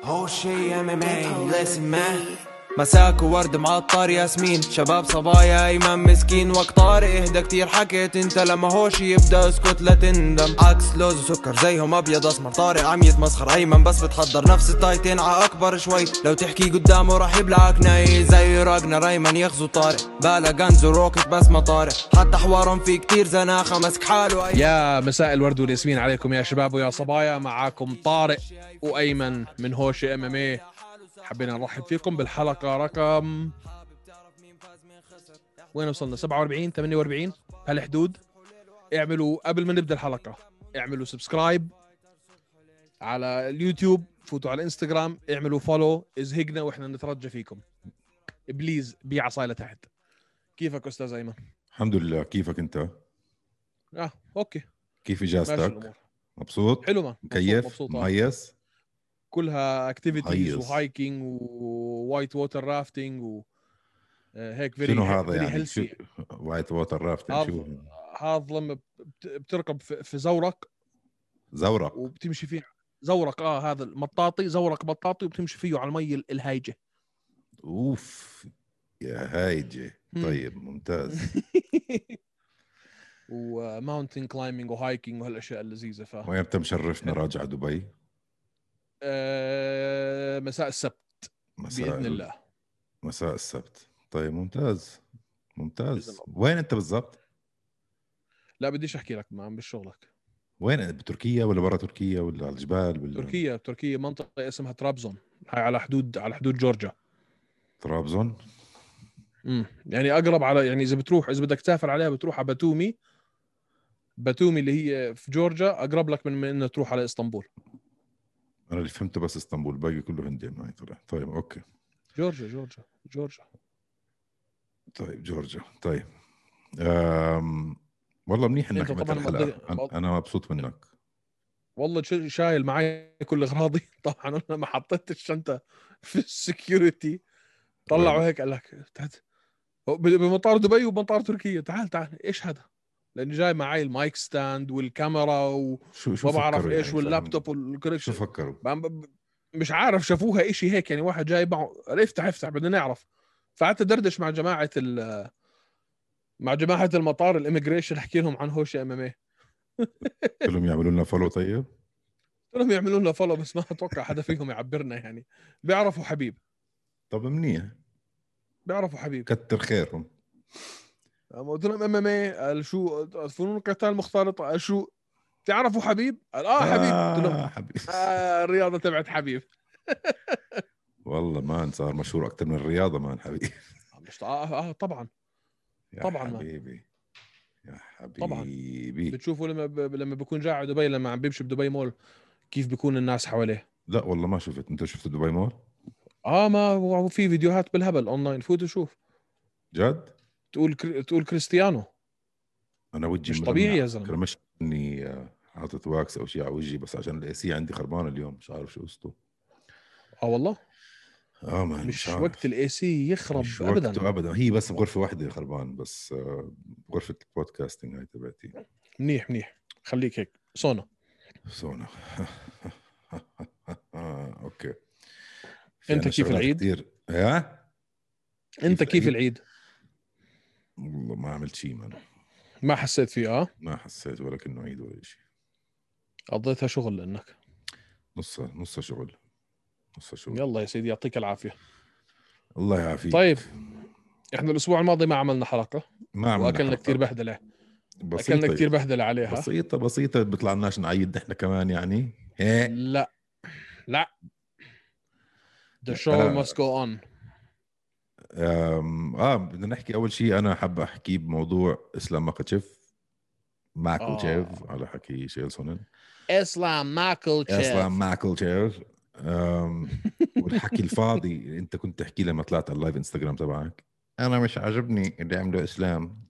هو شي MMA listen man. مساك وورد معطر ياسمين، شباب صبايا ايمن مسكين، وقت طارق اهدى كتير حكيت انت، لما هوش يبدا اسكت لا تندم. عكس لوز وسكر زيهم ابيض اسمر، طارق عم يتمسخر ايمن بس بتحضر نفس التايتين ع اكبر شوي، لو تحكي قدامه راح يبلعك ناي زي راجنر ايمن يغزو طارق، بالا غنز وروكت بس ما طارق، حتى حوارهم في كتير زناخه مسك حاله. يا مساء الورد والياسمين عليكم يا شباب ويا صبايا، معاكم طارق وايمن من هوش MMA. حبينا نرحب فيكم بالحلقه رقم وين وصلنا 47 48 هالحدود. اعملوا قبل ما نبدا الحلقه اعملوا سبسكرايب على اليوتيوب، فوتوا على الانستغرام، اعملوا فولو، ازهقنا واحنا نترجى فيكم بليز. بيع عصايله تحت. كيفك استاذ ايمن؟ الحمد لله. كيفك انت؟ اوكي. كيف ماشي اجازتك؟ الامور مبسوط؟ حلو، ما مكيف؟ مبسوط مهيس؟ كلها اكتيفيتيز مهيص. وهايكينج ووايت ووتر رافتنج وهيك شنو هذا فيري يعني؟ شو هيلثي. وايت ووتر رافتنج؟ شو هذا لما بتركب في زورق زورق؟ وبتمشي فيه. زورق هذا المطاطي، زورق مطاطي، وبتمشي فيه على المي الهايجه. اوف يا هايجه. طيب ممتاز. وماونتن كلايمينج وهايكينج وهالاشياء اللذيذه. وامتى مشرفنا راجع دبي؟ مساء السبت باذن الله. مساء السبت. طيب ممتاز ممتاز. بإذن وين انت بالضبط؟ لا بديش احكي لك، ما عم بشغلك. وين، بتركيا ولا برا تركيا ولا على الجبال ولا؟ تركيا منطقه اسمها ترابزون، هاي على حدود جورجيا. طرابزون. يعني اقرب على، يعني اذا بدك تسافر عليها بتروح على باتومي اللي هي في جورجيا، اقرب لك من انه تروح على اسطنبول. انا اللي فهمته بس اسطنبول، باقي كله هندي معي طلع. طيب اوكي. جورجيا. طيب جورجيا. طيب والله منيح انك انت عملت طبعا الحلقه. انا مبسوط منك والله شايل معي كل اغراضي. طبعا انا ما حطيت الشنطه في السكيورتي، طلعوا هيك قال لك بمطار دبي ومطار تركيا، تعال ايش هذا؟ لاني جاي معي المايك ستاند والكاميرا شو وما بعرف فكروا ايش يعني؟ واللابتوب شو والكونكشن. فكروا؟ مش عارف، شافوها إشي هيك يعني، واحد جاي معه افتح بدنا نعرف. فقعدت دردش مع جماعة المطار الاميجريشن، احكي لهم عن هوش MMA. قلت لهم يعملوا لنا فولو. طيب قلت لهم يعملوا لنا فولو، بس ما اتوقع حدا فيهم يعبرنا يعني. بيعرفوا حبيب. طب منيح، بيعرفوا حبيب. كتر خيرهم. قلت لهم MMA، قال شو؟ فنون القتال مختلطة. قال شو؟ تعرفوا حبيب؟ قال حبيب. قلت لهم حبيب. الرياضة تبعت حبيب. والله ما صار مشهور اكثر من الرياضه مان حبيبي. مش طبعا. يا طبعا حبيبي يا طبعا. حبيبي. بتشوفوا لما بكون جاي على دبي، لما عم بيمشي بدبي مول، كيف بيكون الناس حواليه. لا والله ما شفت. انت شفت دبي مول؟ ما هو في فيديوهات بالهبل اونلاين، فوت وشوف. جد؟ تقول كريستيانو. انا وجهي مش طبيعي يا ملمع، زلمه. مش اني حاطط واكس او شيء على وجهي، بس عشان الاي سي عندي خربان اليوم، مش عارف شو قصته. والله مان مش مش وقت عارف. الاي سي يخرب مش ابدا. وقته ابدا. هي بس بغرفه واحده خربان، بس بغرفه البودكاستنج هاي تبعتي. منيح خليك هيك سونا. سونا. اوكي. انت كيف العيد؟ كثير. انت كيف العيد؟ والله ما عملت شيء من. ما حسيت فيه؟ ما حسيت ولا كأنه عيد ولا شيء. قضيتها شغل لانك نص شغل. يلا يا سيدي يعطيك العافيه. الله يعافيك. طيب احنا الاسبوع الماضي ما عملنا حلقه، ما عملنا واكلنا حلقة. كثير بهدله. بسيطة. اكلنا كثير بهدله عليها. بسيطة بيطلعناش نعيد احنا كمان يعني. لا the show must go on. بدنا نحكي اول شيء. انا حاب احكي بموضوع اسلام ماكاتشيف على حكي شيل سونن. اسلام ماكاتشيف. والحكي الفاضي انت كنت تحكي لما طلعت على اللايف انستغرام تبعك. انا مش عاجبني اللي عمله اسلام.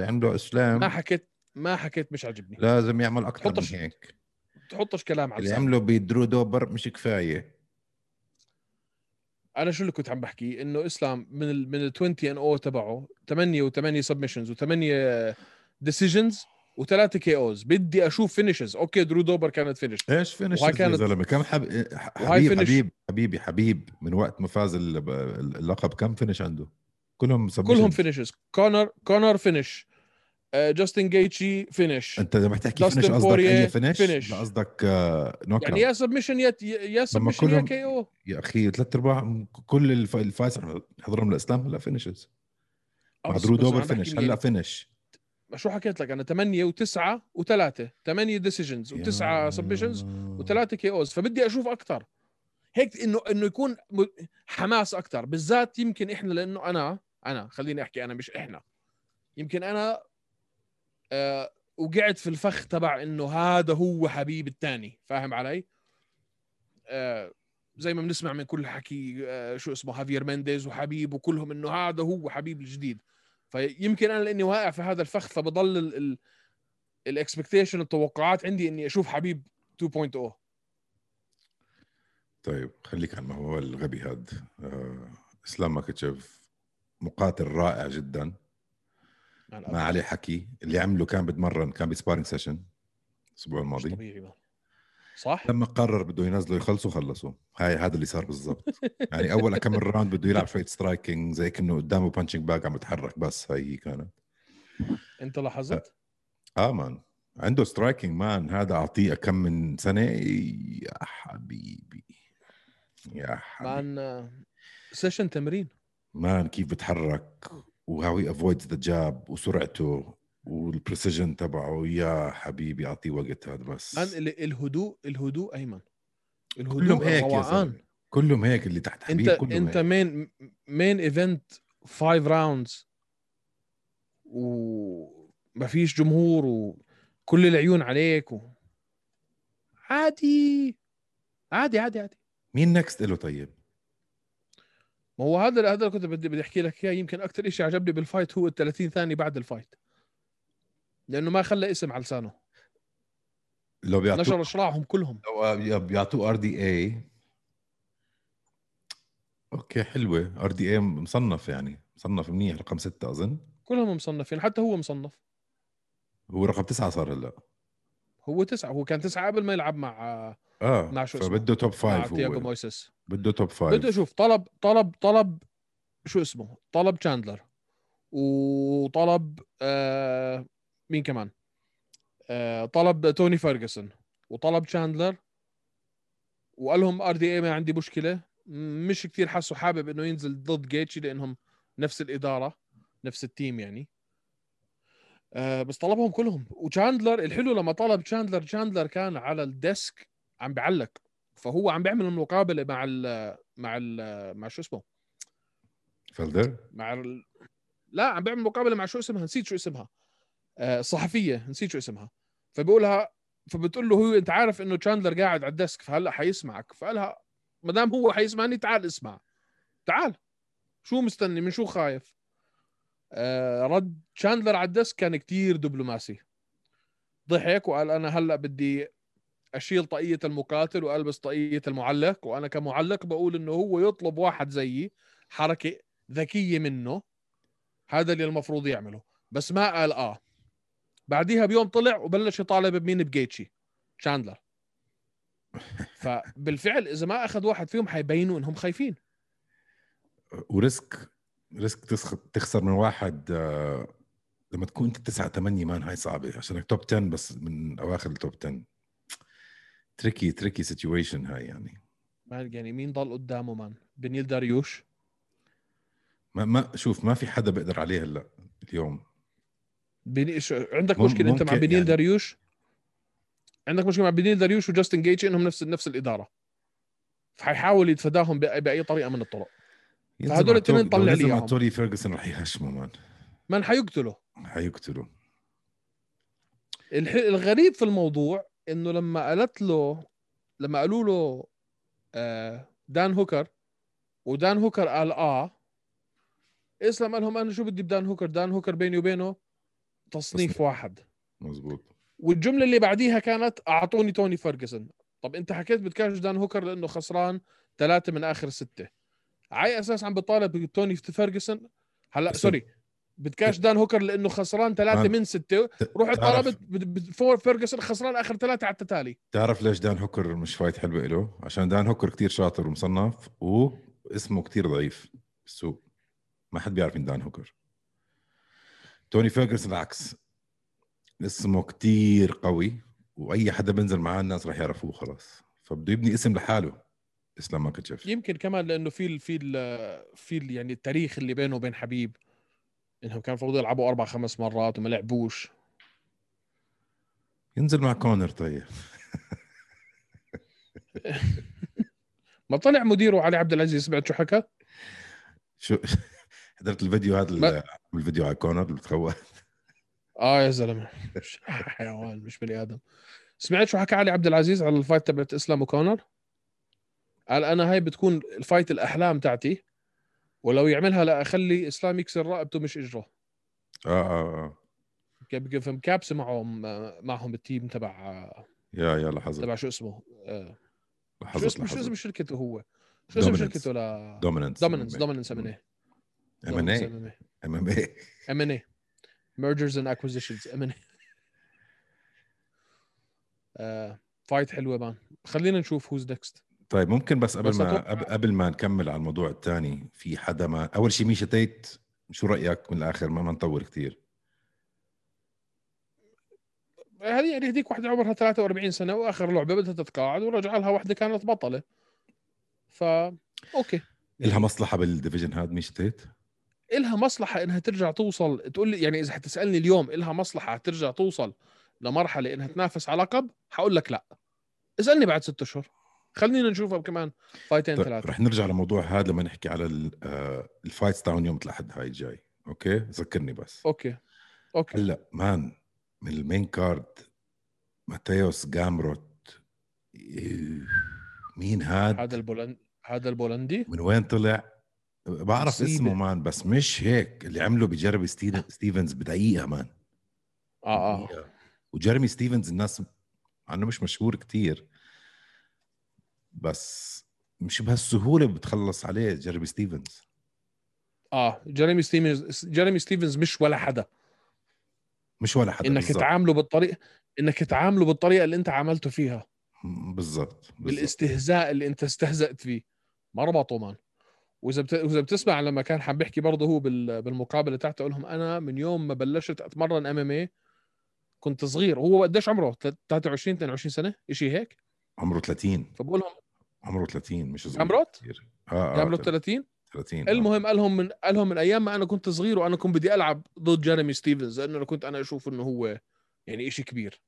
ما حكيت مش عجبني. لازم يعمل اكثر من هيك. تحطش كلام على اللي لساني. عمله بدرو دوبر مش كفايه. انا شو اللي كنت عم بحكي؟ انه اسلام من ال 20 ان او تبعه 8 سبمشنز و8 ديسيجنز، و3 كي اوز. بدي اشوف فينيشز. اوكي درو دوبر كانت فينش، ايش فينش وهاي يا كانت زلمه؟ كم وهاي فينش. حبيب من وقت ما فاز اللقب كم فينش عنده؟ كلهم كلهم سبمشنز. فينيشز. كونر فينش، جاستن جيتشي فينش، انت لما تحكي فينش داستن قصدك اي بوريه فينش ولا فينش. قصدك نوك يعني يا اوت؟ سبمشن يا لما سبمشن يا كلهم كي او. يا اخي ثلاث ارباع كل الفايز حضرهم الاسلام هلا فينشز. مع درو بس دوبر انا عم بحكي فينش هلا يعني فينش. شو حكيت لك انا 8 و9 و3 8 ديسيجنز و9 سبمشنز و3 كي اوز. فبدي اشوف اكثر هيك، انه يكون حماس اكثر. بالذات يمكن احنا لانه انا خليني احكي انا مش احنا، يمكن انا وقعت في الفخ تبع انه هذا هو حبيب الثاني. فاهم علي؟ زي ما بنسمع من كل حكي شو اسمه هافير مينديز وحبيب وكلهم انه هذا هو حبيب الجديد. فيمكن انا لاني واقع في هذا الفخ فبضل الاكسبكتيشن التوقعات عندي اني اشوف حبيب 2.0. طيب خليك عن الموضوع الغبي هذا. اسلام ماكتشف مقاتل رائع جدا، ما عليه حكي. اللي عمله كان بتمرن، كان بسبارينج سيشن الاسبوع مش الماضي. طبيعي بقى. صح. لما قرر بده ينزلوا يخلصوا خلصوا. هذا اللي صار بالضبط. يعني اول كم راوند بده يلعب شويه سترايكينج زي كأنه قدامه بانشنج باك عم يتحرك، بس هي كانت. انت لاحظت؟ مان عنده سترايكينج مان. هذا اعطيه كم من سنه يا حبيبي، يا حبيبي. مان سيشن تمرين. مان كيف بتحرك وهاو هي افويدز ذا جاب وسرعته والبريسيجن تبعه. يا حبيبي اعطيه وقت هذا بس. مان الهدوء ايمن، كلهم الهدوء هيك يا الروقان. زلمه، كلهم هيك اللي تحت انت حبيب كلهم انت هيك. مين ايفنت 5 راوندز وما فيش جمهور وكل العيون عليك عادي عادي عادي عادي. مين نكست له طيب؟ ما هو هذا اللي كنت بدي احكي لك اياه. يمكن اكثر شيء عجبني بالفايت هو ال 30 ثانيه بعد الفايت، لانه ما خلى اسم على لسانه. لو بيعطوه، نشر اشراعهم كلهم. لو بيعطوه ار دي اي اوكي حلوه. ار دي اي مصنف، يعني مصنف منيح، رقم 6 اظن. كلهم مصنفين، حتى هو مصنف. هو رقم 9 صار هلا. هو 9، هو كان 9 قبل ما يلعب مع شو اسمه، فبده توب 5. مع تياغو هو مويسيس. بده توب بده 5. اشوف طلب شو اسمه، طلب تشاندلر، وطلب مين كمان، طلب توني فيرغسون، وطلب تشاندلر، وقال لهم ار دي اي ما عندي مشكله. مش كثير حسوا حابب انه ينزل ضد جيتشي لانهم نفس الاداره نفس التيم يعني. بس طلبهم كلهم. وتشاندلر الحلو لما طلب تشاندلر كان على الديسك عم بعلق. فهو عم بيعمل المقابله مع شو اسمه، فلدر. لا عم بيعمل مقابله مع شو اسمها، نسيت شو اسمها، الصحفيه نسيت شو اسمها. فبقولها، فبتقول له هو انت عارف انه تشاندلر قاعد على الديسك فهلا حيسمعك. فقالها ما دام هو حيسمعني تعال اسمع، تعال شو مستني، من شو خايف. رد تشاندلر على الديسك كان كتير دبلوماسي. ضحك وقال انا هلا بدي اشيل طاقية المقاتل والبس طاقية المعلق، وانا كمعلق بقول انه هو يطلب واحد زيي، حركة ذكية منه، هذا اللي المفروض يعمله. بس ما قال بعديها بيوم طلع وبلش يطالب بمين، بجيتشي تشاندلر. فبالفعل اذا ما اخذ واحد فيهم حيبينوا انهم خايفين. وريسك تخسر من واحد لما تكون انت 9 8 مان. هاي صعبه عشانك توب 10 بس من اواخر التوب 10. تريكي سيتويشن هاي يعني. يعني مين ضل قدامه مان؟ بنيل داريوش. ما شوف، ما في حدا بيقدر عليه هلا اليوم. عندك مشكله انت مع ممكن بنيل يعني. داريوش، عندك مشكله مع بنيل داريوش وجاستن جيتش انهم نفس الاداره، فحيحاول يتفاداهم باي طريقه من الطرق. فهدول الاثنين لو طلع لي نزل مع اياهم. توري فيرجسون رح يهشمه مان. من حيقتله. حيقتلوا. الغريب في الموضوع انه لما قالوا له دان هوكر، ودان هوكر قال اسلام قال لهم انا شو بدي بدان هوكر، دان هوكر بيني وبينه تصنيف واحد. مزبوط. والجمله اللي بعديها كانت اعطوني توني فيرجسون. طب انت حكيت بدكاش دان هوكر لانه خسران 3 من اخر 6، على اساس عم بطالب توني فيرجسون؟ هلا بس سوري، بدكاش دان هوكر لانه خسران 3 من 6. رحت طلبت فيرجسون خسران اخر 3 على التتالي. تعرف ليش دان هوكر مش فايت حلوه له؟ عشان دان هوكر كتير شاطر ومصنف واسمه كتير ضعيف بالسوق، ما حد بيعرف مين دان هوكر. توني فيرجسون العكس، اسمه كتير قوي واي حدا بنزل معاه الناس راح يعرفوه خلاص، فبده يبني اسم لحاله اسلام ماكاتشيف. يمكن كمان لانه في يعني التاريخ اللي بينه وبين حبيب، انهم كانوا المفروض يلعبوا 4-5 مرات وما لعبوش. ينزل مع كونر طيب. ما طلع مديره علي عبد العزيز، بعد شو حكى؟ شو حضرت الفيديو هذا الفيديو على كونر اللي بتخوف. يا زلمه حيوان مش بني ادم. سمعت شو حكى علي عبد العزيز على الفايت تبعت اسلام وكونر؟ قال انا هاي بتكون الفايت الاحلام تاعتي، ولو يعملها لا اخلي اسلام يكسر رقبته مش اجره. كيف مكابسه معهم التيم تبع يا لحظه تبع شو اسمه لحظه شو اسم شركته هو؟ شو اسم دوميننس. شركته لا دوميننس M&A Mergers and Acquisitions M&A. فايت حلوه مان، خلينا نشوف هوز نكست. طيب ممكن بس قبل ما نكمل على الموضوع الثاني، في حدا ما اول شيء ميشا تيت، شو رايك من الاخر ما نطول كثير؟ هذه يعني هذيك واحدة عمرها 43 سنة وآخر لعبة بدها تتقاعد، ورجع لها واحدة كانت بطلة. أوكي إلها مصلحة بالديفيجن هذا ميشا تيت؟ إلها مصلحة إنها ترجع توصل. تقول لي يعني إذا حتسألني اليوم إلها مصلحة ترجع توصل لمرحلة إنها تنافس على لقب، حقول لك لا. اسألني بعد 6 أشهر، خلينا نشوفها كمان فايتين 3. رح نرجع لموضوع هذا لما نحكي على الفايتس تاعون يوم الأحد هاي الجاي. أوكي ذكرني بس. أوكي هلا مان من المين كارد ماتيوس جامروت، مين هذا البولندي من وين طلع؟ بعرف مصيبة. اسمه مان، بس مش هيك اللي عمله بجيرمي ستيفنز بدقيقة مان. وجيرمي ستيفنز الناس عنه مش مشهور كتير، بس مش بهالسهولة بتخلص عليه جيرمي ستيفنز. جيرمي ستيفنز مش ولا حدا بالزبط. انك تعامله بالطريقة اللي انت عملته فيها بالضبط بالاستهزاء اللي انت استهزأت فيه، ما ربطوا مان. واذا بتسمع لما كان حاب يحكي برضه هو بالمقابله تاعته، اقول لهم انا من يوم ما بلشت اتمرن MMA كنت صغير. هو قديش عمره؟ 23 22 سنه شيء هيك. عمره 30. فبقول لهم عمره 30 مش صغير. عمره 30. المهم قال لهم من ايام ما انا كنت صغير وانا كنت بدي العب ضد جيرمي ستيفنز، لانه كنت انا اشوف انه هو يعني شيء كبير.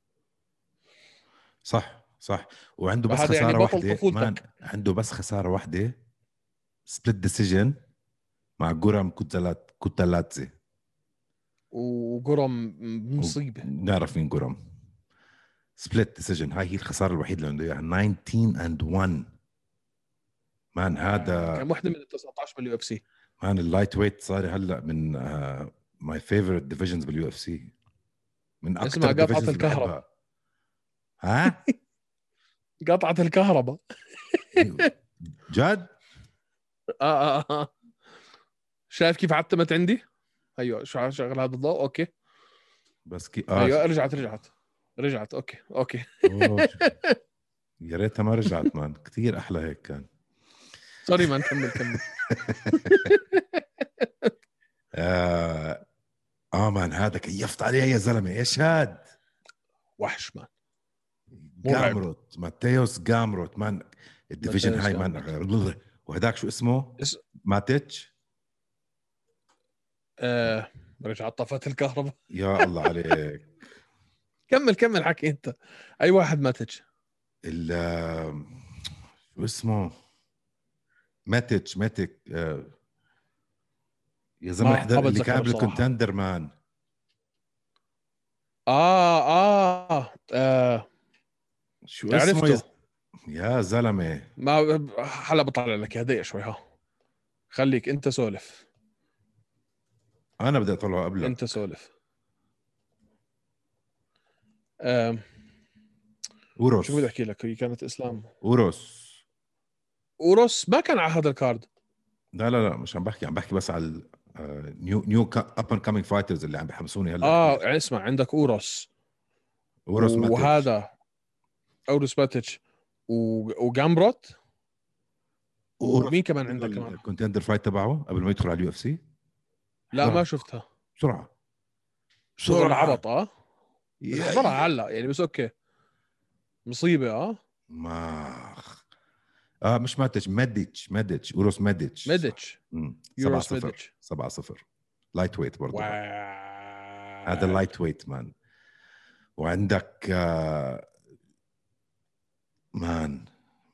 صح وعنده بس خساره يعني واحده عنده بس خساره واحده، سبليت ديسيجن مع جورام كوتالاتزي. وجورام مصيبه. نعرف مين جورام. سبليت ديسيجن، هاي هي الخساره الوحيده اللي عنده اياها. 19-1 مان. هذا كان واحده من 19 باليو اف سي مان. اللايت ويت صار هلا من ماي فيفورت ديفيجنز باليو اف سي، من اكثر قطعه الكهرباء. ها قطعه الكهرباء جد. شايف كيف عتمت عندي؟ ايوه شغل هذا الضوء. اوكي بس ايوه رجعت. اوكي يا ريتها ما رجعت مان، كثير احلى هيك كان. سوري مان، كمل. مان هذا كيفت عليه يا زلمه. ايش هاد وحش مان. جامروت ماتيوس جامروت مان. الديفيجن هاي مان. وهداك شو اسمه؟ ماتيتش. رجعت طفت الكهرباء. يا الله عليك. كمل حكي انت. اي واحد ماتيتش؟ شو اسمه؟ ماتيتش يا زلمه اللي كان بالكونتندر مان. شو اسمه يا زلمه؟ ما هلا بطلع لك هديه شوي. خليك انت سولف. انا بدي اطلعه قبلك. انت سولف. اوروس. شو بدي احكي لك؟ هي كانت اسلام. اوروس ما كان على هذا الكارد. لا مش عم بحكي بس على نيو اب اند كامينج فايترز اللي عم بيحمسوني هلا. يعني اسمع، عندك اوروس ماتيتش. وهذا اورس باتش وجامبروت. ومين كمان عندك كمان؟ الكونتندر فايت تبعه قبل ما يدخل على اليو اف سي. لا ما شفتها. بسرعه شغل عبط. يا احضرها هلا يعني، بس اوكي مصيبه. ما مش ميديتش اوروس ميديتش. ميديتش. يوروس 7-0 ميديتش. 7-0 لايت ويت برضه. واو. هذا اللايت ويت مان. وعندك مان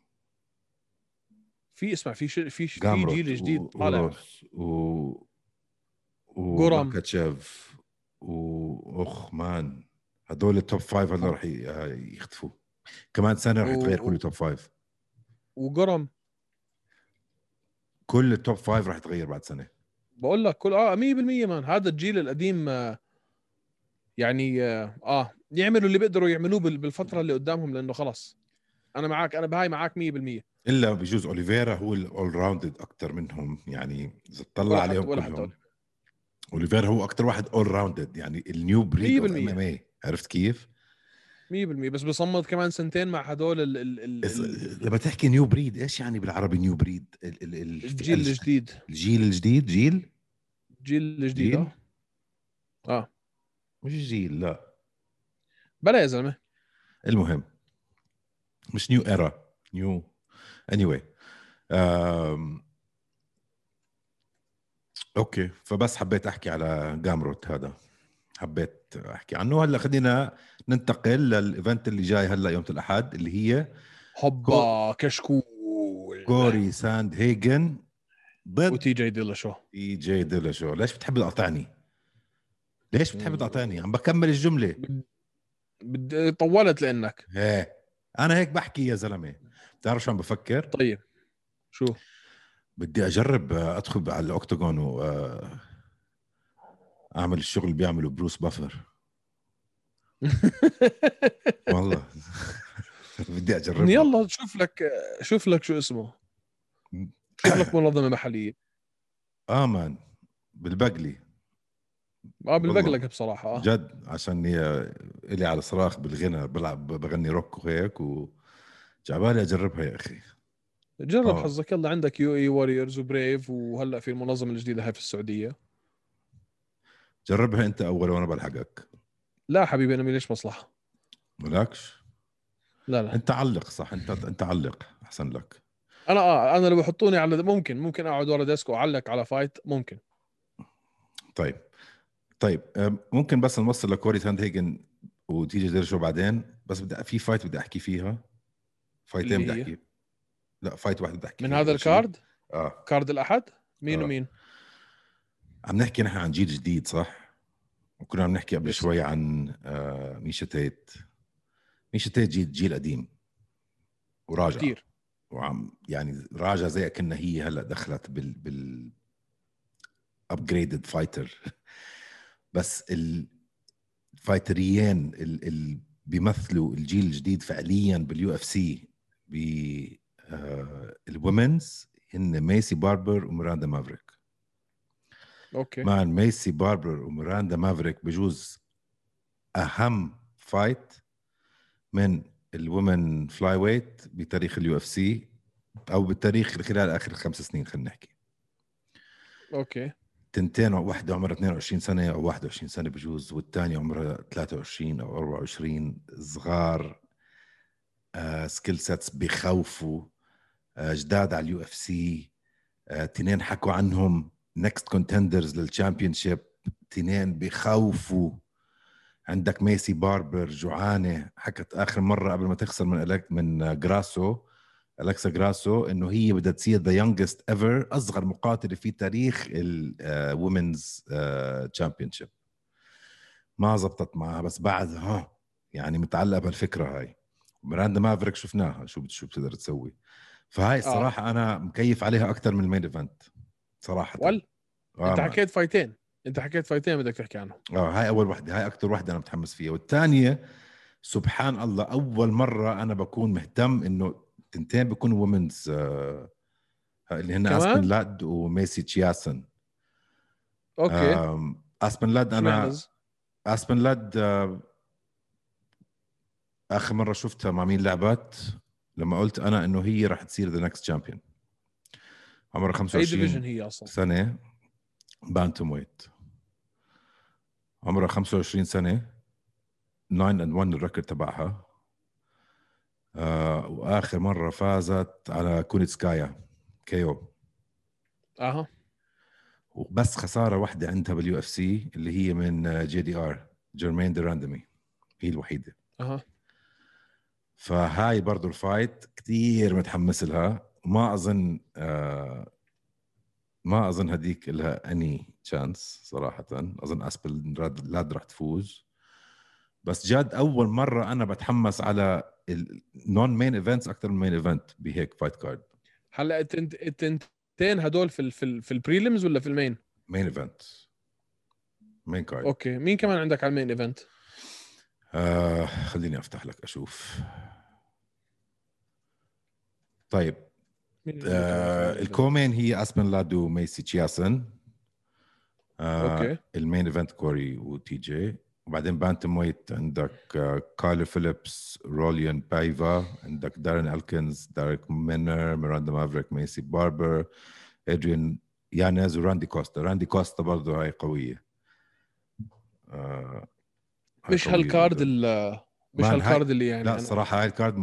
اسمع، في جامروت جيل جديد طالع. جورام. ماكاتشيف واخ مان. هدول التوب 5 هلا راح يختفوا. كمان سنه راح يتغير كل التوب 5. وجورام كل التوب 5 راح يتغير بعد سنه. بقول لك كل 100% مان. هذا الجيل القديم يعني يعملوا اللي بيقدروا يعملوه بالفتره اللي قدامهم، لانه خلص انا معك، انا بهاي معك 100%. الا بجوز اوليفيرا هو الاول راوندد اكثر منهم، يعني اذا تطلع عليهم كلهم اوليفيرا هو اكثر واحد اول راوندد، يعني النيو بريد اوف ام ام اي. عرفت كيف؟ 100%. بس بصمد كمان سنتين مع هدول لما تحكي نيو بريد ايش يعني بالعربي نيو بريد؟ الجيل الجديد. الجيل الجديد. جيل الجديد. مش جيل، لا بلا يا زلمه. المهم مش نيو ايرا، نيو anyway. اوكي، فبس حبيت احكي على جامروت هذا، حبيت احكي عنه. هلا خلينا ننتقل للايفنت اللي جاي هلا يوم الاحد، اللي هي هوبا كشكول كوري ساند هيجن ضد وتي جي ديلاشو. ليش بتحب تقاطعني؟ عم بكمل الجمله. طولت لانك انا هيك بحكي يا زلمه. بتعرف شو عم بفكر؟ طيب شو بدي اجرب ادخل على الاوكتاجون و اعمل الشغل اللي بيعمله بروس بافر. والله بدي اجربها. يلا شوف لك شو اسمه، شوف لك منظمه محليه. مان بالبقلي. بالبقلق بصراحه. جد، عشان إلي على صراخ بالغنى، بلعب بغني روك وهيك، وجعبالي اجربها يا اخي. جرب حظك. يلا عندك يو اي واريورز وبريف، وهلا في المنظمه الجديده هاي في السعوديه. جربها انت اول وانا بلحقك. لا حبيبي انا ماليش مصلحه. مالكش؟ لا انت علق صح. انت علق احسن لك. انا لو بحطوني على ممكن اقعد ورا ديسك واعلق على فايت ممكن. طيب ممكن بس نوصل لكوري ساند هيجن وتيجي ديرشو بعدين. بس في فايت بدي احكي فيها. فايتين بدي احكي. لا فايت واحد بدي احكي من هذا الكارد. كارد الاحد. مين ومين؟ عم نحكي نحن عن جيل جديد صح. وكنا عم نحكي قبل شوي عن ميشا تيت جيل قديم وراجع كتير. وعم يعني راجع زي كنا هي هلا دخلت بال upgraded فايتر. بس الفايتريين اللي بيمثلوا الجيل الجديد فعليا باليو اف سي بالومنز هن ميسي باربر وميراندا مافريك. اوكي مع ميسي باربر وميراندا مافريك بجوز اهم فايت من الومن فلاي ويت بتاريخ اليو اف سي، او بالتاريخ خلال اخر 5 سنين خلينا نحكي. اوكي تنتين، واحدة عمرها 22 سنة أو 21 سنة بجوز، والتانية عمرها 23 أو 24. صغار، سكيل سيتس بيخوفوا، جداد على اليو اف سي. تنين حكوا عنهم نكست كونتندرز للشامبيونشيب. تنين بيخوفوا. عندك ميسي باربر جوعانة، حكت آخر مرة قبل ما تخسر من جراسو، أليكسا جراسو، إنه هي بدها تصير the youngest ever، أصغر مقاتلة في تاريخ الومنز تشامبيونشيب. ما زبطت معها، بس بعدها يعني متعلقة بالفكرة هاي. ميراندا مافريك شفناها شو بتقدر تسوي. فهاي الصراحة أنا مكيف عليها أكتر من المين إيفنت صراحة. أنت حكيت فايتين. بدك تحكي عنهم. هاي أول واحدة، هاي أكتر واحدة أنا متحمس فيها. والثانية سبحان الله أول مرة أنا بكون مهتم إنه تنتين بيكونوا وومنز اللي هن أسبن لاد وميسي تشياسن. اوكي. اسبن لاد اشمعنى؟ اسبن لاد اخر مره شفتها مع مين لعبت لما قلت انا انه هي راح تصير ذا نكست تشامبيون. عمرها اي 25 ديفيجن هي اصلا؟ سنه، بانتم ويت. عمرها 25 سنه، 9-1 الريكورد تبعها. واخر مره فازت على كونيتسكايا كيو. اها. وبس خساره واحده عندها باليو اف سي اللي هي من جي دي ار، جيرمين ديراندمي، هي الوحيده. اها. فهاي برضو الفايت كتير متحمس لها. ما اظن هديك لها اني تشانس صراحه. اظن اسبل لاد راح تفوز. بس جد اول مره انا بتحمس على النون مين ايفنتس اكثر من مين ايفنت بهيك فايت كارد. هلا التنتين هدول في البريليمز ولا في المين؟ مين ايفنت، مين كارد. اوكي، مين كمان عندك على المين ايفنت؟ خليني افتح لك اشوف. طيب مين كمان في المين ايفنت؟ الكومين هي اسبن لادو ميسي تشياسن. اوكي. المين ايفنت كوري وتي جي. وبعدين بانتم ويت عندك كارل فيليبس، روليان بايفا، عندك دارين الكنز، داريك مينر، ميراندا مافريك، ميسي باربر، ادريان يانيز، وراندي كوستا. راندي كوستا برضه هاي قوية. هاي مش قوية هالكارد جدا. مش مان هاي، هالكارد اللي لا يعني انا. الصراحة هاي الكارد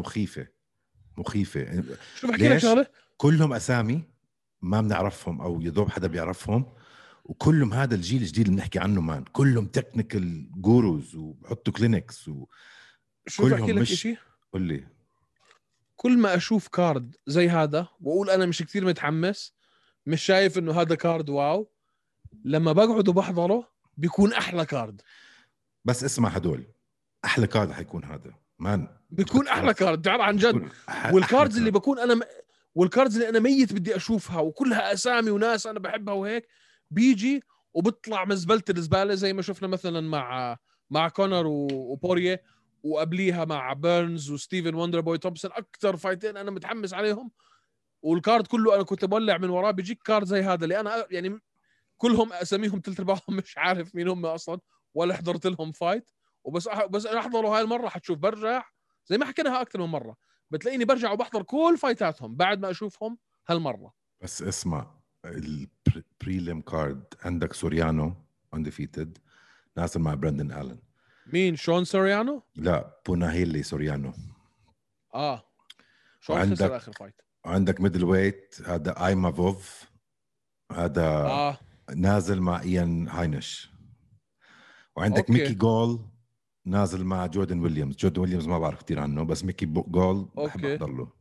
مخيفة. شو بحكي لك ليش؟ شغله. كلهم أسامي ما بنعرفهم أو يذوب حدا بيعرفهم، وكلهم هذا الجيل الجديد اللي بنحكي عنه مان، كلهم تكنيكال جوروز وبحطوا كلينكس شو بحكي وكلهم لك مش. اشي. قل لي. كل ما اشوف كارد زي هذا واقول انا مش كثير متحمس، مش شايف انه هذا كارد واو، لما بقعد وبحضره بيكون احلى كارد. بس اسمع، هدول احلى كارد حيكون هذا مان. بيكون احلى خلاص كارد عن جد. بيكون احلى والكاردز اللي كارد. بكون انا والكاردز اللي انا ميت بدي اشوفها وكلها اسامي وناس انا بحبها وهيك، بيجي وبطلع مزبله الزباله زي ما شفنا مثلا مع كونر وبوريه، وقبليها مع بيرنز وستيفن وندر بوي تومسون، اكثر فايتين انا متحمس عليهم. والكارد كله انا كنت بولع من وراه، بيجيك كارد زي هذا اللي انا يعني كلهم اساميهم ثلث ارباعهم مش عارف مين هم اصلا، ولا حضرت لهم فايت. بس احضروا هاي المره حتشوف برجع زي ما حكيناها اكثر من مره، بتلاقيني برجع وبحضر كل فايتاتهم بعد ما اشوفهم هالمره. بس اسمع، البريليم كارد عندك سوريانو انديفيتد نازل مع براندن آلن. مين؟ شون سوريانو؟ لا، بوناهيلي سوريانو. اه. شون خسر وعندك اخر فايت. ميدل ويت هذا ايمافوف، هذا اه. نازل مع ايان هاينش. وعندك اوكي. ميكي جول نازل مع جوردن ويليامز ما بعرف كتير عنه، بس ميكي جول بحب اوكي. احضر له.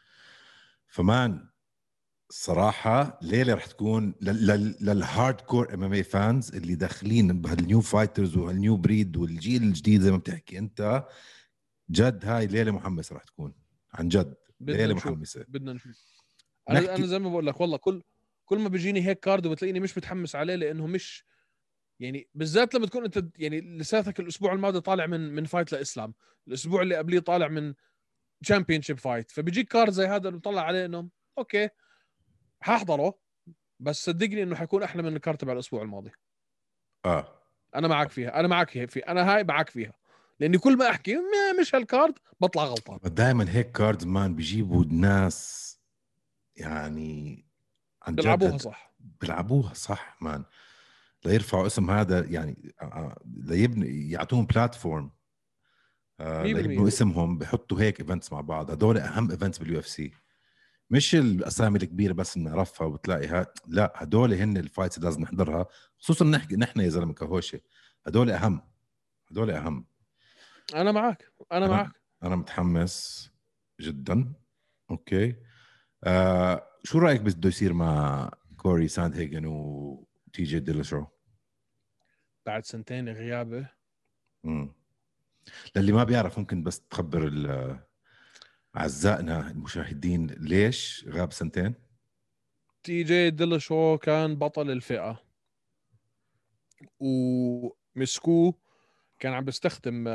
فمان صراحة ليلة رح تكون للهارد كور ام ام اي فانز اللي داخلين بهالنيو فايترز وهالنيو بريد والجيل الجديد زي ما بتحكي انت. جد هاي ليلة محمسة رح تكون، عن جد بدنا ليلة نشوف. محمسة. بدنا نشوف. انا نحكي. زي ما بقول لك والله كل ما بيجيني هيك كارد وبتلاقيني مش متحمس عليه، لانه مش يعني بالذات لما تكون انت يعني لساتك الاسبوع الماضي طالع من فايت لاسلام، الاسبوع اللي قبليه طالع من تشامبيون شيب فايت، فبيجيك كارد زي هذا اللي بطلع عليه انه اوكي حاحضره، بس صدقني انه حيكون احلى من الكارت تبع الاسبوع الماضي. اه انا معك فيها، انا معك انا هاي معك فيها، لاني كل ما احكي مش هالكارد بطلع غلطان. دائما هيك كاردز مان بيجيبوا ناس يعني عن بيلعبوها جد صح. بيلعبوها صح مان، ليرفعوا اسم هذا يعني ليبني يعطوهم بلاتفورم 100%. ليبنوا اسمهم. بحطوا هيك ايفنتس مع بعض، هدول اهم ايفنتس باليو اف سي. مش الاسامي الكبيره بس نعرفها وبتلاقيها، لا هدول هن الفايتس اللي لازم نحضرها، خصوصا نحكي نحن يا زلمه كهوشه. هدول اهم، هدول اهم. انا معك. انا انا معك. انا متحمس جدا. اوكي. شو رايك بده يصير مع كوري ساند هيجن وتي جي ديلاشو؟ بعد سنتين غيابه. امم للي ما بيعرف ممكن بس تخبر اعزائنا المشاهدين ليش غاب سنتين. تي جي ديلشو كان بطل الفئة، ومسكوه كان عم بيستخدم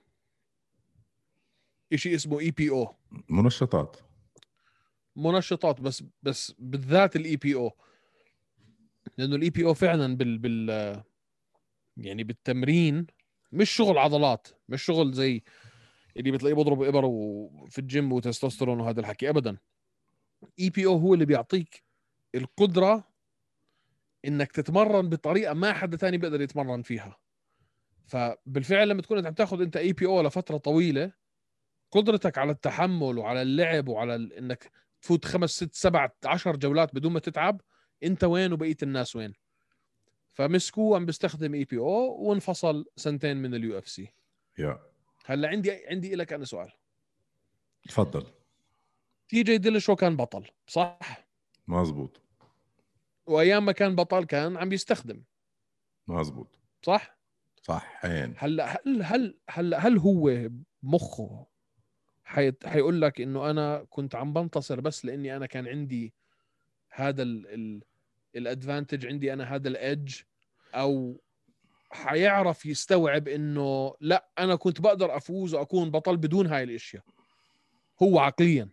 اشي اسمه اي بي او، منشطات. منشطات، بس بالذات الاي بي او. لانه الاي بي او فعلا يعني بالتمرين مش شغل عضلات، مش شغل زي اللي بتلاقيه بضرب ابر وفي الجيم وتستوستيرون وهذا الحكي ابدا. اي بي او هو اللي بيعطيك القدره انك تتمرن بطريقه ما حدا تاني بيقدر يتمرن فيها. فبالفعل لما تكون انت عم تاخذ انت اي بي او لفتره طويله، قدرتك على التحمل وعلى اللعب وعلى انك تفوت 5 6 7 10 جولات بدون ما تتعب، انت وين وبقيه الناس وين. فمسكوه عم بيستخدم اي بي او وانفصل سنتين من اليو اف سي. يا هلا عندي لك انا سؤال. تفضل. تي جي ديلشو كان بطل صح؟ مزبوط. وايام ما كان بطل كان عم بيستخدم مزبوط. صح؟ صحين. هل هو مخه حيقول لك انه انا كنت عم بنتصر بس لاني انا كان عندي هذا الادفانتج، عندي انا هذا الادج، او حيعرف يستوعب انه لا انا كنت بقدر افوز واكون بطل بدون هاي الاشياء هو عقليا؟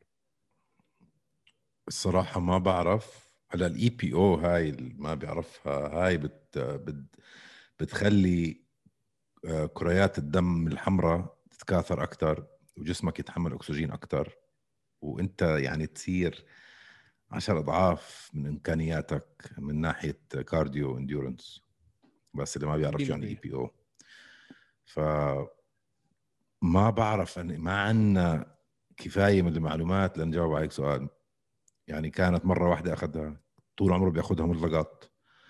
الصراحة ما بعرف. على الاي بي او هاي ما بيعرفها، هاي بتخلي كريات الدم الحمراء تتكاثر أكتر وجسمك يتحمل أكسجين أكتر، وانت يعني تصير 10 أضعاف من إمكانياتك من ناحية كارديو انديورنس. بس اللي ما بيعرف شو يعني اي 100%. بي او. ف ما بعرف، ما عنا كفاية من المعلومات لنجاوب عليك سؤال. يعني كانت مرة واحدة أخذها، طول عمره بياخدها مطلقات.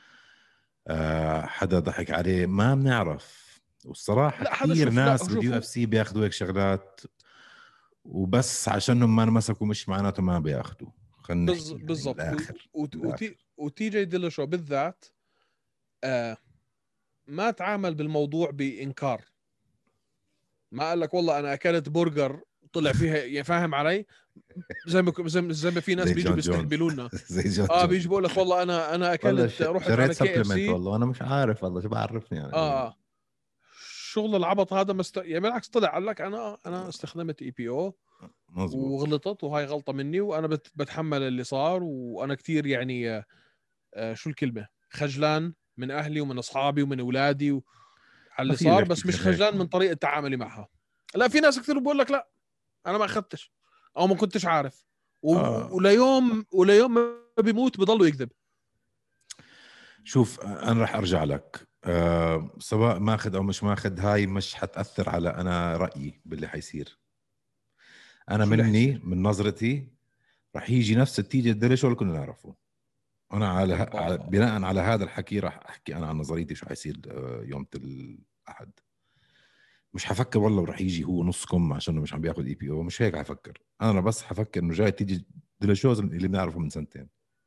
حدا ضحك عليه، ما بنعرف. والصراحة لا هذا كثير شوف، لا ناس باليو شوفوا، اف سي بياخدوا هيك شغلات، وبس عشانهم ما مسكوا مش معناته ما بياخدوا. خلينا نحكي يعني من بالضبط. الآخر. من الآخر. وتي جي ديلشو بالذات ما تعامل بالموضوع بإنكار. ما قال لك والله انا اكلت برجر طلع فيها، يعني فاهم علي؟ زي ما في ناس زي بيجوا جون جونز. بيستهبلوا لنا. زي جون اه جونز. بيجي بقول لك والله انا والله اكلت، رحت شريت على كي اف سبلمنت، سي. والله انا مش عارف، والله شو بعرفني يعني. اه شغل العبط هذا يعني بالعكس طلع قال لك انا استخدمت اي بي او مزبوط. وغلطت وهاي غلطة مني وانا بتحمل اللي صار، وانا كثير يعني شو الكلمة، خجلان من اهلي ومن اصحابي ومن اولادي على ما اللي في صار، نحكي بس مش غير هيك خجلان مان. من طريقة تعاملي معها. لا في ناس كثير بقول لك لا انا ما اخذتش او ما كنتش عارف، آه وليوم ما بيموت بضله يكذب. شوف، انا راح ارجع لك. سواء ماخذ او مش ماخذ، هاي مش حتاثر على انا رايي باللي حيصير. انا شو اللي مني، حيصير؟ من نظرتي راح يجي نفس التيجة الدلش اللي كنا نعرفه. انا اوبا. بناء على هذا الحكي راح احكي انا عن نظريتي شو حيصير يوم الاحد. مش حفكر والله راح يجي هو نص كم عشان مش عم بياخذ اي بي او، مش هيك حفكر. انا بس حفكر انه جاي تيجي دلشوز اللي بنعرفه من سنتين.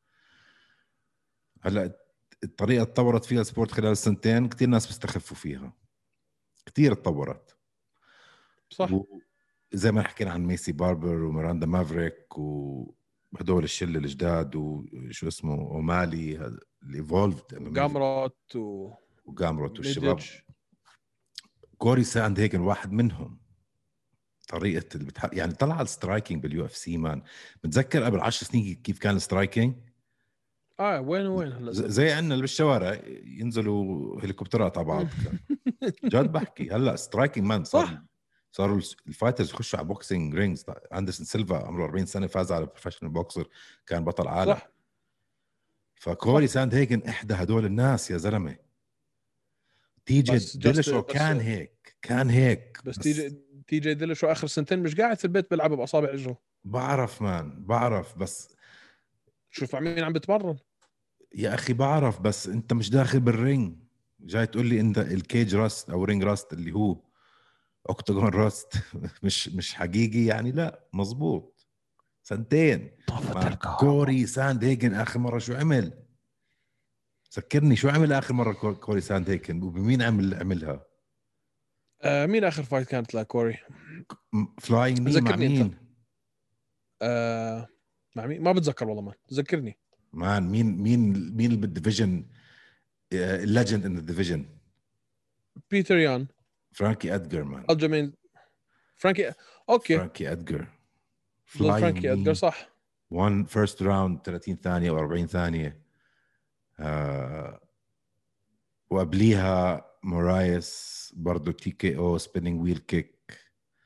هلا الطريقه تطورت فيها السبورت خلال السنتين، كثير ناس بيستخفوا فيها، كثير تطورت. صح. وزي ما حكينا عن ميسي باربر وميراندا مافريك وهدول الشله الجداد، وشو اسمه اومالي هذا الايفولفد، جامرات وجامروت والشباب. وميديتش. كوري ساند هيك واحد منهم. طريقه يعني طلع السترايكينج باليو اف سي مان. متذكر قبل 10 سنين كيف كان السترايكينج؟ وين هلا صار؟ زي عندنا اللي بالشوارع ينزلوا هليكوبترات على بعض كان. جد بحكي هلا سترايكينج مان صح. صاروا الفايترز يخشوا على بوكسينج رينجز. اندرسون سيلفا عمره 40 سنه فاز على بروفيشنال بوكسر، كان بطل عالم. صح. فكوري ساند هيجن احدى هدول الناس يا زلمه. تيجي بس جاست ديلشو كان هيك بس بس. تي جي ديلر شو اخر سنتين مش قاعد في البيت بيلعب باصابع اجره. بعرف مان، بعرف بس. شوف مين عم بتمرن. يا اخي بعرف، بس انت مش داخل بالرينج. جاي تقول لي انت الكيج راست او رينج راست اللي هو اوكتاجون راست مش حقيقي يعني. لا مزبوط. سنتين. كوري ساند هيجن اخر مره شو عمل؟ سكرني، شو عمل اخر مره كوري ساند هيجن، وبمين عملها؟ مين اخر فايت كانت لكوري؟ فلاينج ني مع ذكرني انت. مين؟ مع مين ما بتذكر والله، ما ذكرني. مان مين اللي بالديفيجن، الليجند ان الديفيجن؟ بيتر يان. فرانكي ادجر مان. الجمين. فرانكي. اوكي. فرانكي ادجر. ضد فلاينج فرانكي ادجر ني. صح. 1 فيرست راوند 30 ثانيه و40 ثانيه. وقبليها مورايس برضو تي كي او سبيننج ويل كيك.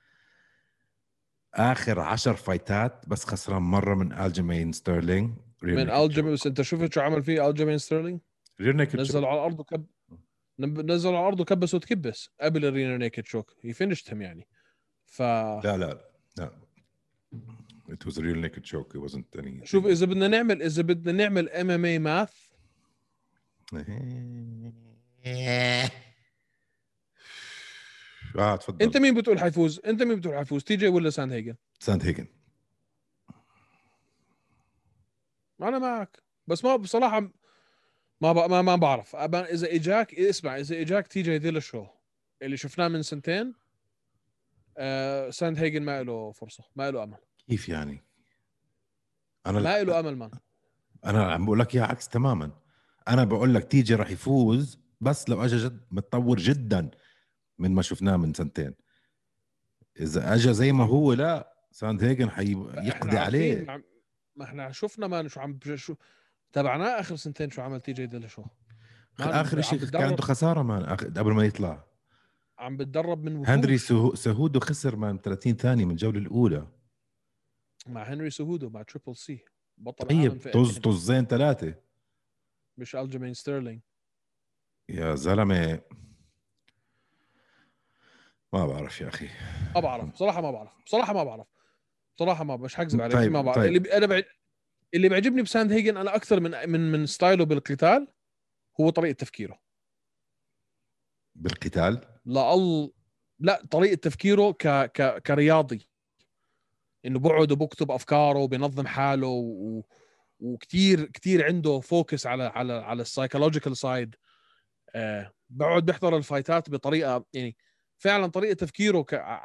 اخر 10 فايتات بس خسران مره من الجيمين ستيرلينج. من الجيمين، بس انت شفت شو عمل فيه الجيمين ستيرلينج؟ رير نيكد نزل على الارض نزل على الارض وكبس وتكبس قبل الرينر نيكد شوك. هي فينيشتهم يعني. لا it was a real naked choke. It wasn't anything. شوف اذا بدنا نعمل ام ام اي ماث. تفضل. انت مين بتقول حيفوز؟ تي جي ولا ساند هيجن؟ ساند هيجن. انا معك، بس ما بصراحه ما بعرف. اذا اجاك اسمع، اذا اجاك تي جي ديل شو اللي شفناه من سنتين، ساند هيجن ما له فرصه، ما له امل. كيف يعني؟ ما له امل مان. انا عم بقول لك اياها عكس تماما. انا بقول لك تي جي راح يفوز بس لو اجى جد متطور جدا من ما شفناه من سنتين. اذا اجى زي ما هو لا، ساند هيجن حيقضي عليه. ما احنا شفنا ما شو تابعناه اخر سنتين شو عمل تي جي ديل شو. اخر شيء كان عنده خساره مان قبل ما يطلع. عم بتدرب من وحوش. هنري سهودو خسر من 30 ثانيه من الجوله الاولى مع هنري سهودو مع تريبل سي بطل طيب طزين 3 مش الجيمين ستيرلينج يا زلمه. ما بعرف يا اخي. ما بعرف بصراحه، مش حكذب عليك. طيب ما بعرف. طيب. اللي بيعجبني بساند هيجن انا اكثر من ستايله بالقتال هو طريقه تفكيره بالقتال. لا طريقه تفكيره كرياضي، انه بقعد وبكتب افكاره وبينظم حاله وكتير عنده فوكس على السايكولوجيكال سايد. بقعد بيحضر الفايتات بطريقه يعني فعلا طريقه تفكيره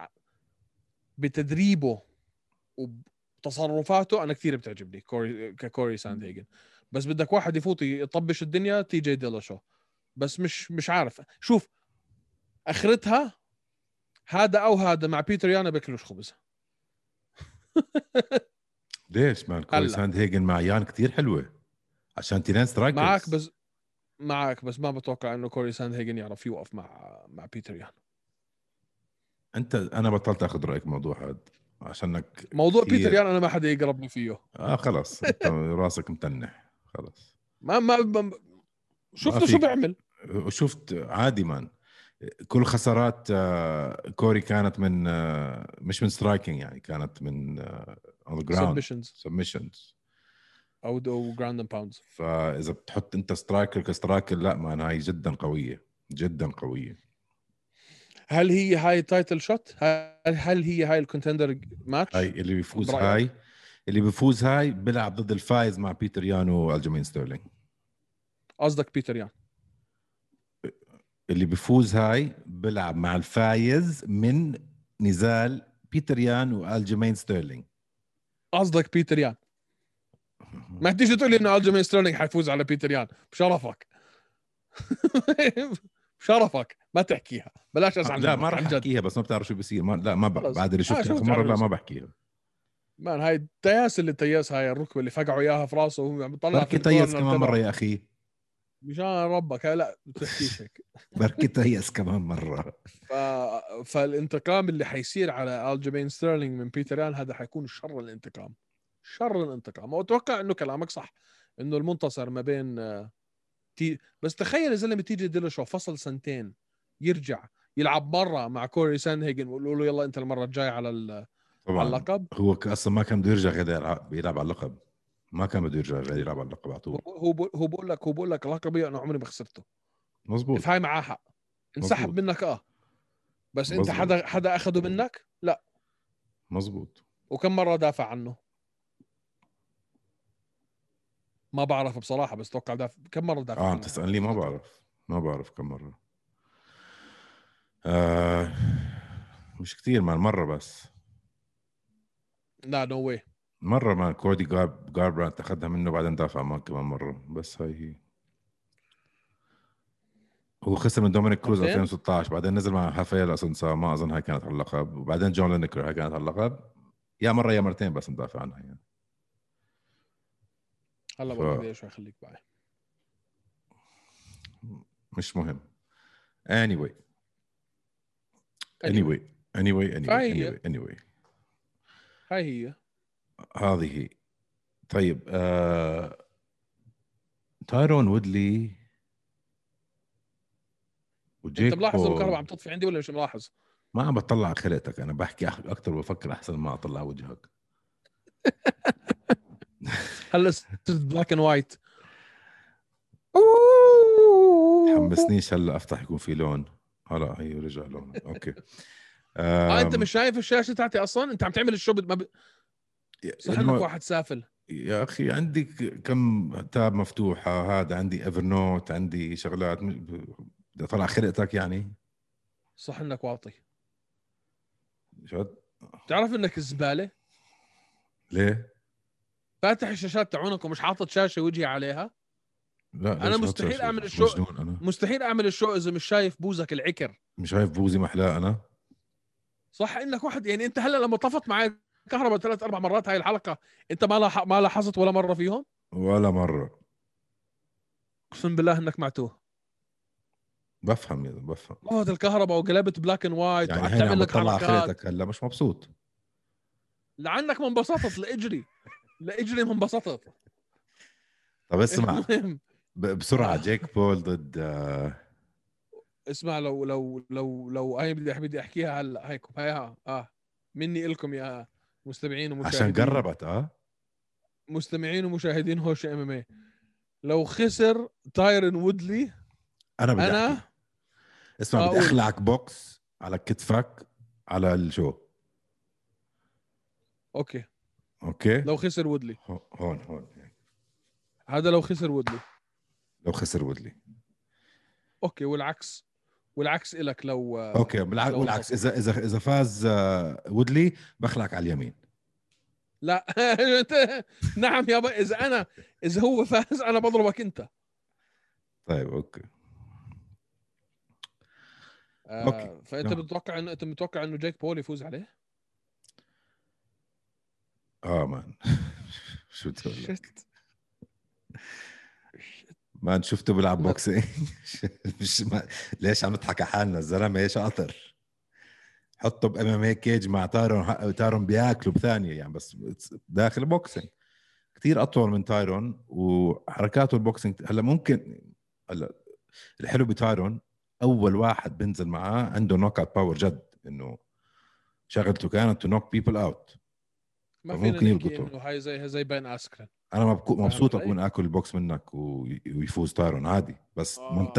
بتدريبه وتصرفاته انا كثير بتعجبني كوري ساند هيجن. بس بدك واحد يفوت يطبش الدنيا، تي جي ديلا شو. بس مش عارف. شوف اخرتها هذا او هذا مع بيتر يانا بياكلوش خبز. ليش مان؟ كوري ساند هيجن مع يان كثير حلوه عشان تنين سترايكرز. معك بس ما بتوقع انه كوري ساند هيجن يعرف يوقف مع بيتر يان. انا بطلت اخذ رايك موضوع هذا عشانك موضوع بيتر يان انا ما حدا يقربني فيه. خلاص انت راسك متنح خلاص. ما شفت شو بيعمل. شفت عادي مان. كل خسارات كوري كانت من مش من سترايكينج يعني، كانت من on the ground submissions او ground and pounds. فاذا بتحط انت سترايكر كسترايكر لا مان، هاي جدا قويه. هل هي هاي تايتل شوت؟ هل هي هاي الكونتندر ماتش؟ هاي اللي بيفوز هاي بيلعب ضد الفايز مع بيتر يان والجيمين ستيرلينج. قصدك بيتر يان؟ اللي بيفوز هاي بيلعب مع الفايز من نزال بيتر يان والجيمين ستيرلينج. قصدك بيتر يان؟ ما تيجي تقول لي انه الجيمين ستيرلينج حيفوز على بيتر يان بشرفك. بشرفك ما تحكيها، بلاش ازعل. لا ما راح احكيها بس ما بتعرف شو بيصير. بعد اللي شفت اخر مره لا ما بحكيها. مان هاي التياس اللي تياس هاي الركبه اللي فقعوا اياها في راسه وهو عم يطلع بركي تياس كمان مره يا اخي. مشان ربك لا بتحكيش هيك. بركي تياس كمان مره. فالانتقام اللي حيصير على الجيمين ستيرلينج من بيتر يان هذا حيكون شر الانتقام. واتوقع انه كلامك صح انه المنتصر ما بين بس تخيل يا زلمه تيجي ديلشو فصل سنتين يرجع يلعب مره مع كوري سان هيجن ويقولوا له يلا انت المره الجايه على اللقب. هو اصلا ما كان بده يرجع غير يلعب على اللقب. ما كان بده يرجع غير يلعب على اللقب على طول. هو بقول لك لقبي انا عمري ما خسرته. مزبوط. فهاي معاه حق. انسحب منك بس مزبوط. انت حدا اخذه منك لا. مزبوط. وكم مره دافع عنه ما بعرف بصراحه، بس توقع كم مره دافع عنه. تسألني ما بعرف كم مره. مش كتير مرة بس. لا نو واي. مرة ما كودي جاربرانت أخذها منه بعدين دافع معه كمان مرة. بس هي هو خسر من دومينيك كروز 2016 بعدين نزل مع هافيل أسنسا ما أظن هاي كانت على اللقب، وبعدين جون لينكر هاي كانت على اللقب. يا مرة يا مرتين بس مدافع عنها يعني. هلا والله شوي خليك معي. مش مهم. anyway هاي هي هذه. طيب تايرون وودلي وجيك انت ملاحظ بول. الكهرباء عم تطفي عندي ولا مش ملاحظ؟ ما عم بطلع خلقتك، انا بحكي اكثر وبفكر احسن ما اطلع وجهك. هلا صرت بلاك اند وايت. تحمسنيش هلا افتح يكون في لون. هلا هي رجع لون. اوكي. انت مش شايف الشاشه تاعتي اصلا؟ انت عم تعمل الشو صح انك واحد سافل يا اخي عندي كم تاب مفتوحه، هذا عندي ايفر نوت، عندي شغلات بدي اطلع خلقتك يعني. صح انك واطي. جد؟ تعرف انك زباله؟ ليه؟ فاتح الشاشات تاعونك ومش حاطط شاشه وجهي عليها. لا انا ليش مستحيل اعمل الشو، مجنون انا؟ مستحيل اعمل الشو اذا مش شايف بوزك العكر. مش شايف بوزي محلاه انا؟ صح انك واحد يعني. انت هلا لما طفت معي الكهرباء 3-4 مرات هاي الحلقه، انت ما لاحظت ولا مره فيهم؟ ولا مره. اقسم بالله انك معتوه. بفهم يا بفهم. طفت الكهرباء وقلبت بلاك اند وايت يعني وقعدت هيني عم تعمل لك بطلع حركات. خلقتك هلا مش مبسوط. لعنك ما انبسطت لاجري. لاجري ما انبسطت. طب اسمع المهم بسرعه، جيك بول ضد اسمع، لو هاي بدي احكيها هلا هيكم هاي مني لكم يا مستمعين عشان ومشاهدين. قربت مستمعين ومشاهدين هوش ام ام اي. لو خسر تايرن وودلي انا بدي احكي. انا اسمع بدي اقول اخلعك بوكس على كتفك على الشو. اوكي لو خسر وودلي. هون هذا لو خسر وودلي. لو خسر وودلي. اوكي والعكس إلك لو اوكي بالعكس اذا فاز وودلي بخلعك على اليمين. لا نعم يابا، اذا هو فاز انا بضربك انت. طيب اوكي. فانت متوقع انه جيك بول يفوز عليه؟ مان شو تقول لك؟ ما شفته بيلعب بوكسينج. ليش عم نضحك على حالنا؟ الزلمه شاطر. حطه بام ام اي كيج مع تايرون بياكله بثانيه يعني، بس داخل بوكسينج كتير اطول من تايرون وحركاته البوكسينج. هلا ممكن هلا الحلو بتايرون اول واحد بنزل معاه عنده نوك اوت باور جد، انه شغلته كانت تو نوك بيبل اوت. ما فينا نحكي انه هاي زي بين اسكرين. انا مبسوط اكون اكل البوكس منك ويفوز تايرون عادي، بس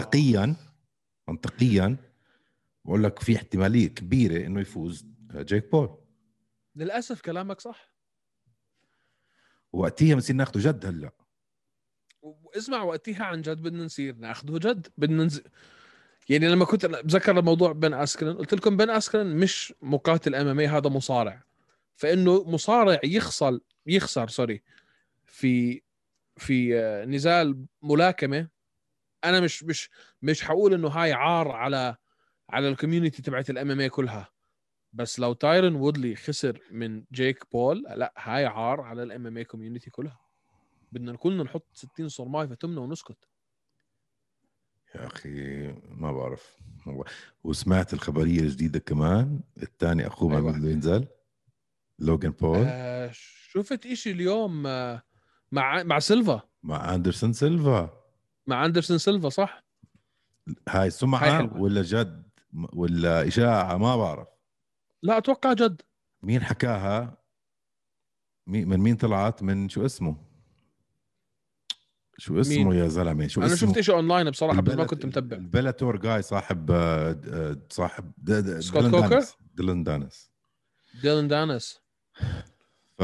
منطقيا بقول لك في احتماليه كبيره انه يفوز جيك بول. للاسف كلامك صح. وقتها بنصير ناخده جد. هلا اسمع، وقتها عن جد بدنا نصير ناخده جد. يعني لما كنت بذكر الموضوع بين اسكرين، قلت لكم بين اسكرين مش مقاتل ام ام اي، هذا مصارع. فانه مصارع يخسر في نزال ملاكمه. انا مش حقول انه هاي عار على الكوميونتي تبعت الام ام اي كلها. بس لو تايرن وودلي خسر من جيك بول، لا هاي عار على الام ام اي كوميونتي كلها. بدنا كلنا نحط 60 صرماي فتمنا ونسكت. يا اخي ما بعرف. وسمعت الخبريه الجديده كمان، الثاني اخوه ما بده ينزل لوغان بول. شفت اشي اليوم مع سيلفا، مع اندرسون سيلفا صح. هاي سمعة ولا جد ولا اشاعه؟ ما بعرف. لا اتوقع جد. مين حكاها؟ من مين طلعت؟ من شو اسمه مين؟ يا زلمه شو انا اسمه؟ شفت شيء اونلاين بصراحه بس ما كنت متبع. البلاتور جاي صاحب سكوت كوكر، ديلان دانس. ف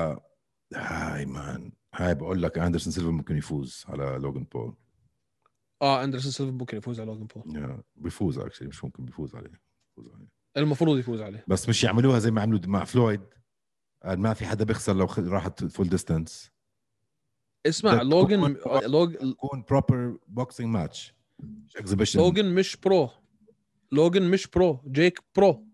هاي بقول لك اندرسون سيلفا ممكن يفوز على لوغان بول. اندرسون سيلفا ممكن يفوز على لوغان بول. بيفوز اكشلي، مش ممكن بيفوز عليه. المفروض يفوز عليه، بس مش يعملوها زي ما عملوا مع فلويد. ما في حدا بيخسر لو راحت فول ديستانس. اسمع لوغان يكون بروبر بوكسينج ماتش، مش اكزيبيشن. لوغان مش برو. جيك برو.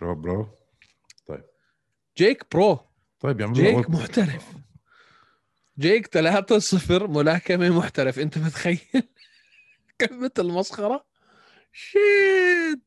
طيب جيك برو. طيب يعملوا جيك محترف. جيك 3-0 ملاكمة محترف، انت متخيل؟ كلمة المسخرة شيت.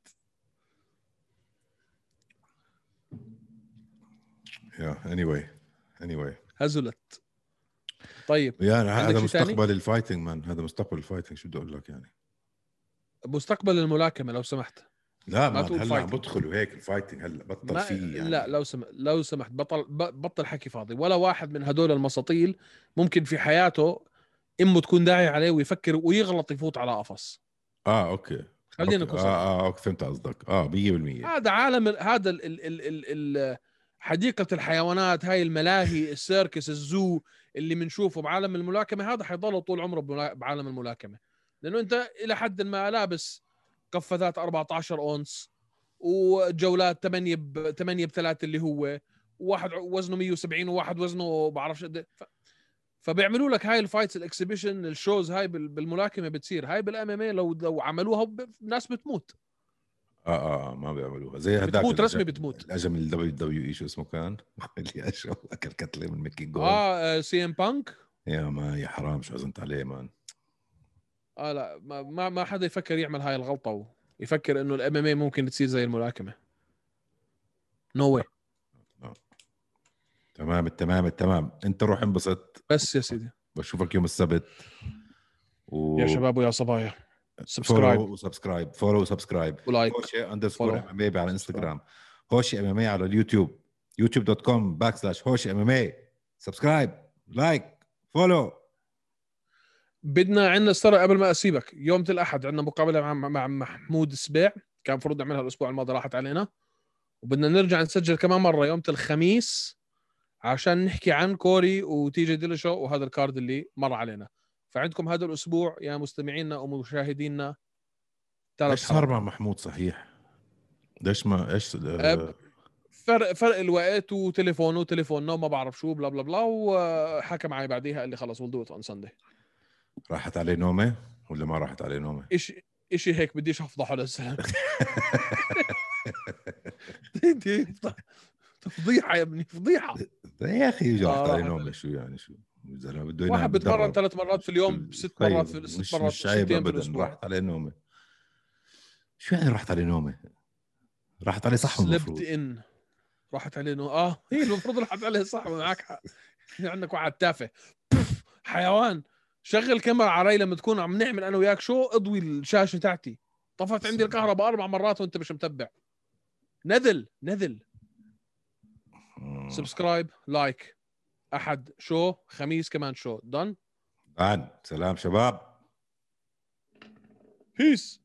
anyway هزلت. طيب يعني عندك هذا شيء تاني؟ مستقبل الفايتنج مان، هذا مستقبل الفايتنج، شو بدي اقول لك يعني. مستقبل الملاكمة لو سمحت لا ما مان تقول هلا عم فايتنج. بدخلوا هيك الفايتنج، هلا بطل ما فيه لا، يعني. لو سمحت بطل حكي فاضي. ولا واحد من هدول المساطيل ممكن في حياته امه تكون داعي عليه ويفكر ويغلط يفوت على قفص. اوكي خلينا اوكي نكون صريحين. اوكي فهمت قصدك 100%. هذا عالم، هذا حديقة الحيوانات، هاي الملاهي، السيركس، الزو اللي بنشوفه بعالم الملاكمة، هذا حيضل طول عمره بعالم الملاكمة. لأنه أنت إلى حد ما لابس قفازات 14 أونس وجولات 8 ب3 اللي هو، وواحد وزنه 170 وواحد وزنه بعرفش قد إيه. فبيعملوا لك هاي الفايتس الاكسبيشن الشوز هاي بالملاكمة بتصير. هاي بالام ام اي لو عملوها الناس بتموت. ما بيعملوها زي هداك بتموت رسمي بتموت. الاجم الدبليو شو اسمه كان اللي اجى اكل كتله من ميكي جول. سي ام بانك. يا ما يا حرام شو عزمت عليه مان. لا، ما حدا يفكر يعمل هاي الغلطة ويفكر انه الام ام اي ممكن تصير زي الملاكمة. نو واي. تمام انت روح انبسط. بس يا سيدي، بشوفك يوم السبت يا شباب ويا صبايا، فولو سبسكرايب وسبسكرايب ولايك هوشي _ام فولو. ام اي على الانستغرام، هوشي ام ام اي على اليوتيوب، youtube.com/هوشي ام ام اي. سبسكرايب لايك فولو. بدنا عندنا ترى قبل ما اسيبك، يوم الاحد عندنا مقابله مع محمود السبيع، كان المفروض نعملها الاسبوع الماضي راحت علينا، وبدنا نرجع نسجل كمان مره يوم الخميس عشان نحكي عن كوري وتي جي ديلشو وهذا الكارد اللي مر علينا. فعندكم هذا الاسبوع يا مستمعينا ومشاهدينا 3 ايش صار حلقات. مع محمود صحيح؟ ليش ما ايش فرق الوقت وتليفونه وما بعرف شو بلا بلا بلا، وحكى معي بعديها قال لي خلص we'll do it on Sunday. راحت عليه نومه ولا ما راحت عليه نومه؟ إشي هيك بديش افضحه للزلمه. فضيحه يا ابني، فضيحه. يا اخي راحت عليه راحت نومه عليه. شو يعني شو الزلمه بده واحد ينام بتمرن بتدرب 3 مرات في اليوم، 6 مرات طيب في 6 مش مرات مش 6 عيب ايام في ابدا الاسبوع. راحت عليه نومه. شو يعني راحت عليه نومه؟ راحت عليه صح سلبت المفروض. ان راحت عليه هي المفروض راحت عليه صح، معك حق. عندك واحد تافه حيوان. شغل كاميرا علي لما تكون عم نعمل انا وياك شو، اضوي الشاشه تاعتي. طفت عندي الكهرباء 4 مرات وانت مش متبع. نذل. سبسكرايب لايك. احد شو، خميس كمان شو دن. سلام شباب. بيس.